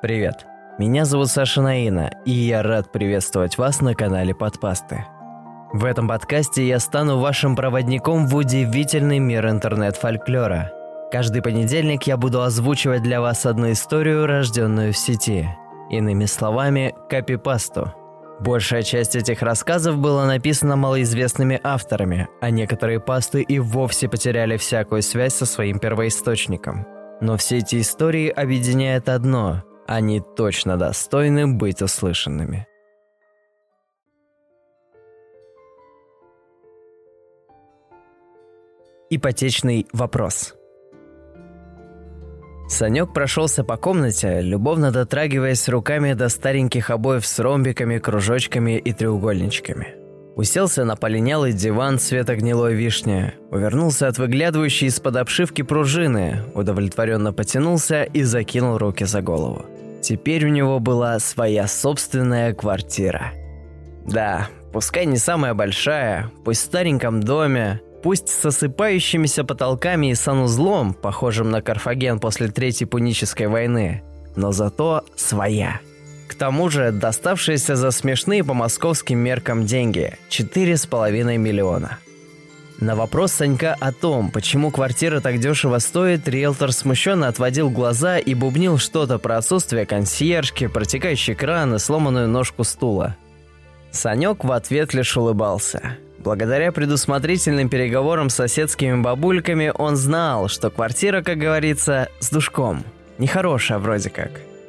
Привет, меня зовут Саша Наина, и я рад приветствовать вас на канале Подпасты. В этом подкасте я стану вашим проводником в удивительный мир интернет-фольклора. Каждый понедельник я буду озвучивать для вас одну историю, рожденную в сети. Иными словами, копипасту. Большая часть этих рассказов была написана малоизвестными авторами, а некоторые пасты и вовсе потеряли всякую связь со своим первоисточником. Но все эти истории объединяет одно – они точно достойны быть услышанными. Ипотечный вопрос. Санек прошелся по комнате, любовно дотрагиваясь руками до стареньких обоев с ромбиками, кружочками и треугольничками. Уселся на полинялый диван цвета гнилой вишни, увернулся от выглядывающей из-под обшивки пружины, удовлетворенно потянулся и закинул руки за голову. Теперь у него была своя собственная квартира. Да, пускай не самая большая, пусть в стареньком доме, пусть с осыпающимися потолками и санузлом, похожим на Карфаген после Третьей Пунической войны, но зато своя. К тому же доставшиеся за смешные по московским меркам деньги – 4,5 миллиона. На вопрос Санька о том, почему квартира так дешево стоит, риэлтор смущенно отводил глаза и бубнил что-то про отсутствие консьержки, протекающий кран и сломанную ножку стула. Санек в ответ лишь улыбался. Благодаря предусмотрительным переговорам с соседскими бабульками он знал, что квартира, как говорится, с душком. Нехорошая вроде как.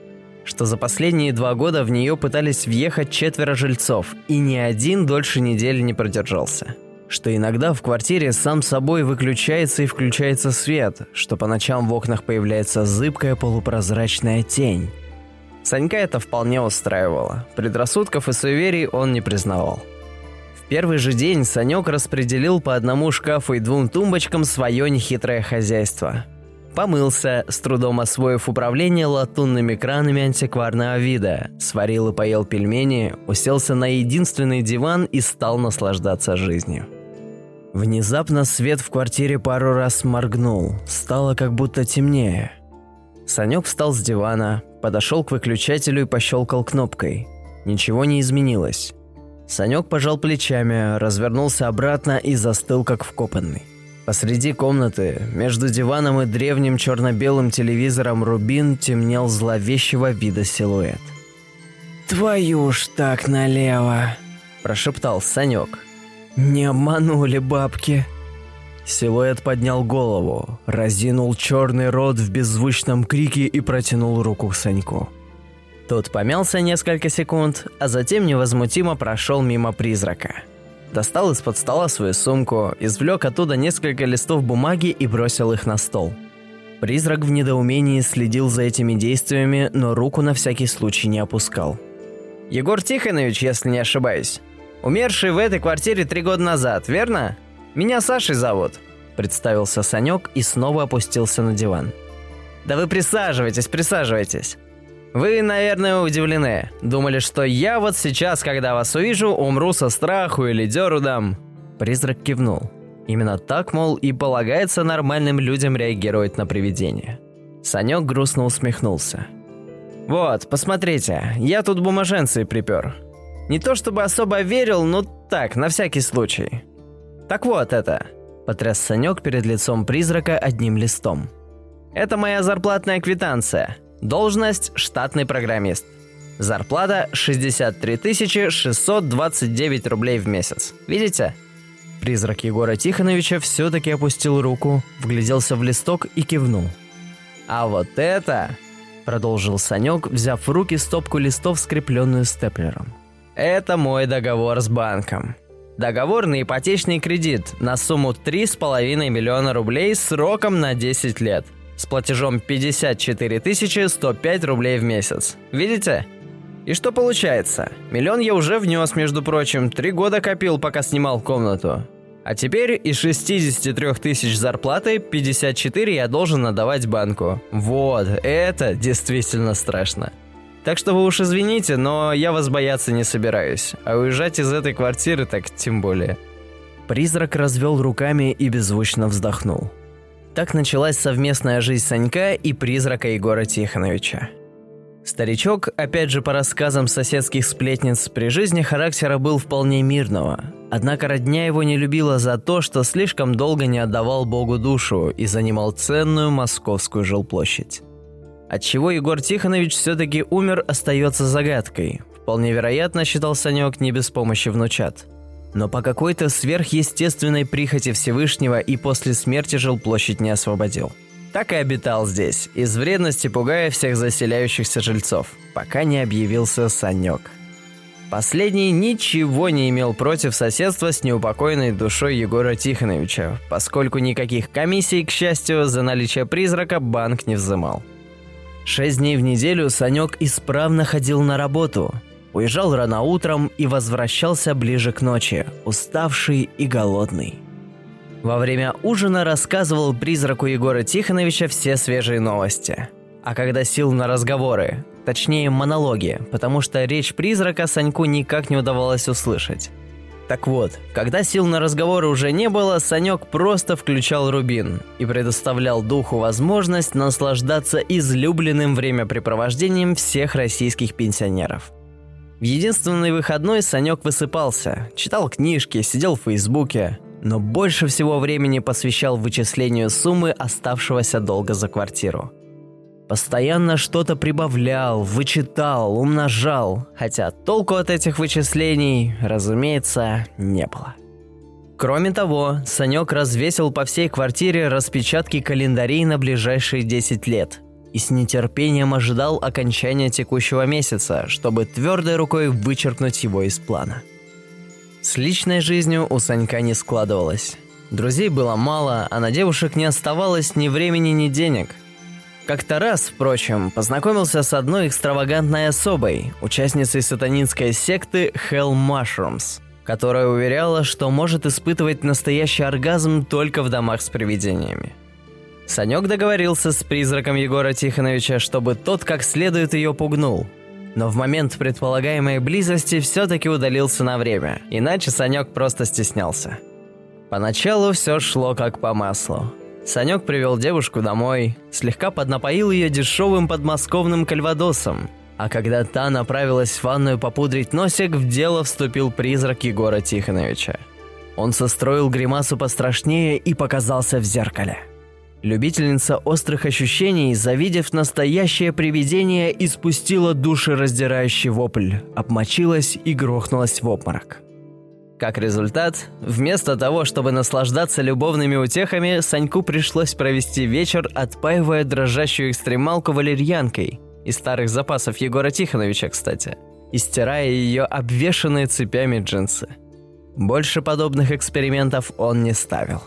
Что за последние 2 года в нее пытались въехать 4 жильцов, и ни один дольше недели не продержался. Что иногда в квартире сам собой выключается и включается свет, что по ночам в окнах появляется зыбкая полупрозрачная тень. Санька это вполне устраивало. Предрассудков и суеверий он не признавал. В первый же день Санек распределил по одному шкафу и 2 тумбочкам свое нехитрое хозяйство. Помылся, с трудом освоив управление латунными кранами антикварного вида, сварил и поел пельмени, уселся на единственный диван и стал наслаждаться жизнью. Внезапно свет в квартире пару раз моргнул, стало как будто темнее. Санек встал с дивана, подошел к выключателю и пощелкал кнопкой. Ничего не изменилось. Санек пожал плечами, развернулся обратно и застыл как вкопанный. Посреди комнаты, между диваном и древним черно-белым телевизором «Рубин» темнел зловещего вида силуэт. «Твою ж так налево!» – прошептал Санек. «Не обманули бабки!» Силуэт поднял голову, разинул черный рот в беззвучном крике и протянул руку к Саньку. Тот помялся несколько секунд, а затем невозмутимо прошел мимо призрака. Достал из-под стола свою сумку, извлек оттуда несколько листов бумаги и бросил их на стол. Призрак в недоумении следил за этими действиями, но руку на всякий случай не опускал. «Егор Тихонович, если не ошибаюсь. Умерший в этой квартире 3 года назад, верно? Меня Сашей зовут», – представился Санек и снова опустился на диван. «Да вы присаживайтесь. Вы, наверное, удивлены. Думали, что я вот сейчас, когда вас увижу, умру со страху или дёру дам». Призрак кивнул. Именно так, мол, и полагается нормальным людям реагировать на привидения. Санек грустно усмехнулся. «Вот, посмотрите, я тут бумаженцы припер. Не то чтобы особо верил, но так, на всякий случай. Так вот это», – потряс Санек перед лицом призрака одним листом. «Это моя зарплатная квитанция. Должность – штатный программист. Зарплата – 63 629 рублей в месяц. Видите?» Призрак Егора Тихоновича все-таки опустил руку, вгляделся в листок и кивнул. «А вот это...» – продолжил Санек, взяв в руки стопку листов, скрепленную степлером. «Это мой договор с банком. Договор на ипотечный кредит на сумму 3,5 миллиона рублей сроком на 10 лет. С платежом 54 105 рублей в месяц. Видите? И что получается? 1 миллион я уже внес, между прочим, 3 года копил, пока снимал комнату. А теперь из 63 тысяч зарплаты 54 я должен отдавать банку. Вот, это действительно страшно. Так что вы уж извините, но я вас бояться не собираюсь. А уезжать из этой квартиры так тем более». Призрак развел руками и беззвучно вздохнул. Так началась совместная жизнь Санька и призрака Егора Тихоновича. Старичок, опять же по рассказам соседских сплетниц, при жизни характера был вполне мирного. Однако родня его не любила за то, что слишком долго не отдавал Богу душу и занимал ценную московскую жилплощадь. Отчего Егор Тихонович все-таки умер, остается загадкой. Вполне вероятно, считал Санек, не без помощи внучат. Но по какой-то сверхъестественной прихоти Всевышнего и после смерти жилплощадь не освободил. Так и обитал здесь, из вредности пугая всех заселяющихся жильцов, пока не объявился Санек. Последний ничего не имел против соседства с неупокоенной душой Егора Тихоновича, поскольку никаких комиссий, к счастью, за наличие призрака банк не взымал. 6 дней в неделю Санек исправно ходил на работу, уезжал рано утром и возвращался ближе к ночи, уставший и голодный. Во время ужина рассказывал призраку Егора Тихоновича все свежие новости. А когда сил на разговоры, точнее монологи, потому что речь призрака Саньку никак не удавалось услышать. Так вот, когда сил на разговоры уже не было, Санек просто включал рубин и предоставлял духу возможность наслаждаться излюбленным времяпрепровождением всех российских пенсионеров. В единственный выходной Санек высыпался, читал книжки, сидел в Фейсбуке, но больше всего времени посвящал вычислению суммы оставшегося долга за квартиру. Постоянно что-то прибавлял, вычитал, умножал, хотя толку от этих вычислений, разумеется, не было. Кроме того, Санек развесил по всей квартире распечатки календарей на ближайшие 10 лет и с нетерпением ожидал окончания текущего месяца, чтобы твердой рукой вычеркнуть его из плана. С личной жизнью у Санька не складывалось. Друзей было мало, а на девушек не оставалось ни времени, ни денег. Как-то раз, впрочем, познакомился с одной экстравагантной особой, участницей сатанинской секты Hell Mushrooms, которая уверяла, что может испытывать настоящий оргазм только в домах с привидениями. Санек договорился с призраком Егора Тихоновича, чтобы тот как следует ее пугнул. Но в момент предполагаемой близости все-таки удалился на время, иначе Санек просто стеснялся. Поначалу все шло как по маслу. Санек привел девушку домой, слегка поднапоил ее дешевым подмосковным кальвадосом, а когда та направилась в ванную попудрить носик, в дело вступил призрак Егора Тихоновича. Он состроил гримасу пострашнее и показался в зеркале. Любительница острых ощущений, завидев настоящее привидение, испустила душераздирающий вопль, обмочилась и грохнулась в обморок. Как результат, вместо того, чтобы наслаждаться любовными утехами, Саньку пришлось провести вечер, отпаивая дрожащую экстремалку валерьянкой, из старых запасов Егора Тихоновича, кстати, и стирая ее обвешанные цепями джинсы. Больше подобных экспериментов он не ставил.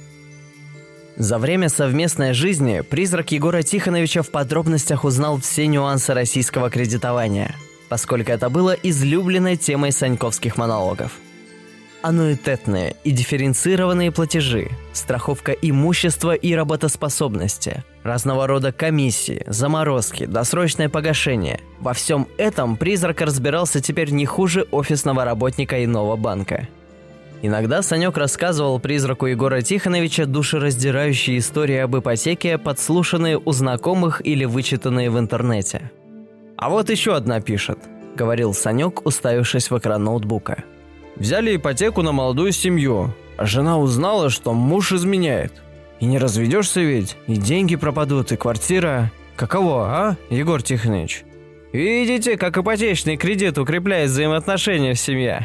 За время совместной жизни призрак Егора Тихоновича в подробностях узнал все нюансы российского кредитования, поскольку это было излюбленной темой саньковских монологов. Аннуитетные и дифференцированные платежи, страховка имущества и работоспособности, разного рода комиссии, заморозки, досрочное погашение. Во всем этом призрак разбирался теперь не хуже офисного работника иного банка. Иногда Санек рассказывал призраку Егора Тихоновича душераздирающие истории об ипотеке, подслушанные у знакомых или вычитанные в интернете. «А вот еще одна пишет», — говорил Санек, уставившись в экран ноутбука. «Взяли ипотеку на молодую семью, а жена узнала, что муж изменяет. И не разведешься ведь, и деньги пропадут, и квартира. Каково, а, Егор Тихонович? Видите, как ипотечный кредит укрепляет взаимоотношения в семье?»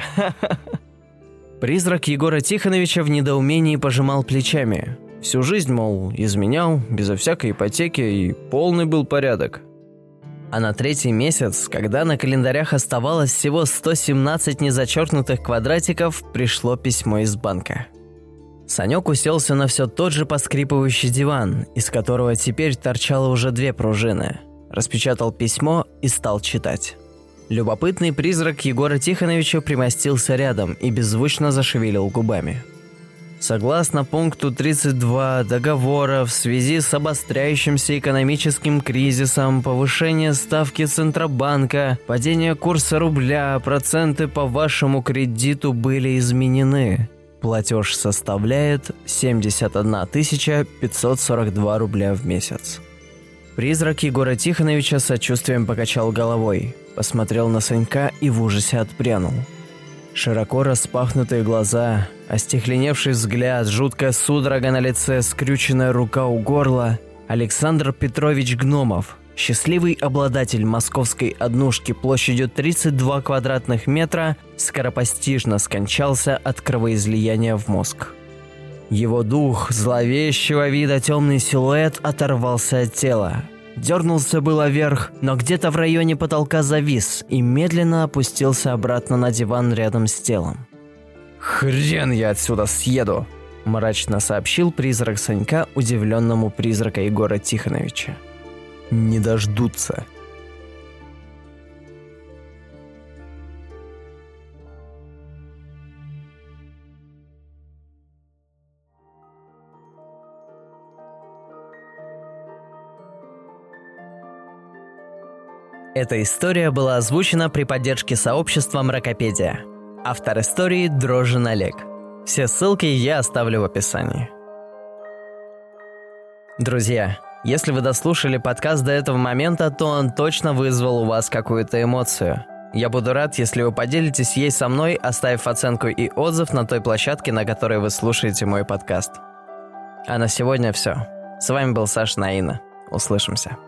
Призрак Егора Тихоновича в недоумении пожимал плечами. Всю жизнь, мол, изменял, безо всякой ипотеки, и полный был порядок. А на 3-й месяц, когда на календарях оставалось всего 117 незачеркнутых квадратиков, пришло письмо из банка. Санек уселся на все тот же поскрипывающий диван, из которого теперь торчало уже 2 пружины. Распечатал письмо и стал читать. Любопытный призрак Егора Тихоновича примостился рядом и беззвучно зашевелил губами. Согласно пункту 32 договора, в связи с обостряющимся экономическим кризисом, повышение ставки Центробанка, падение курса рубля, проценты по вашему кредиту были изменены. Платеж составляет 71 542 рубля в месяц. Призрак Егора Тихоновича с сочувствием покачал головой, посмотрел на Санька и в ужасе отпрянул. Широко распахнутые глаза, остекленевший взгляд, жуткая судорога на лице, скрюченная рука у горла. Александр Петрович Гномов, счастливый обладатель московской однушки площадью 32 квадратных метра, скоропостижно скончался от кровоизлияния в мозг. Его дух, зловещего вида темный силуэт, оторвался от тела. Дернулся было вверх, но где-то в районе потолка завис и медленно опустился обратно на диван рядом с телом. «Хрен я отсюда съеду!» – мрачно сообщил призрак Санька удивленному призрака Егора Тихоновича. «Не дождутся». Эта история была озвучена при поддержке сообщества Мракопедия. Автор истории Дрожжин Олег. Все ссылки я оставлю в описании. Друзья, если вы дослушали подкаст до этого момента, то он точно вызвал у вас какую-то эмоцию. Я буду рад, если вы поделитесь ей со мной, оставив оценку и отзыв на той площадке, на которой вы слушаете мой подкаст. А на сегодня все. С вами был Саша Наина. Услышимся.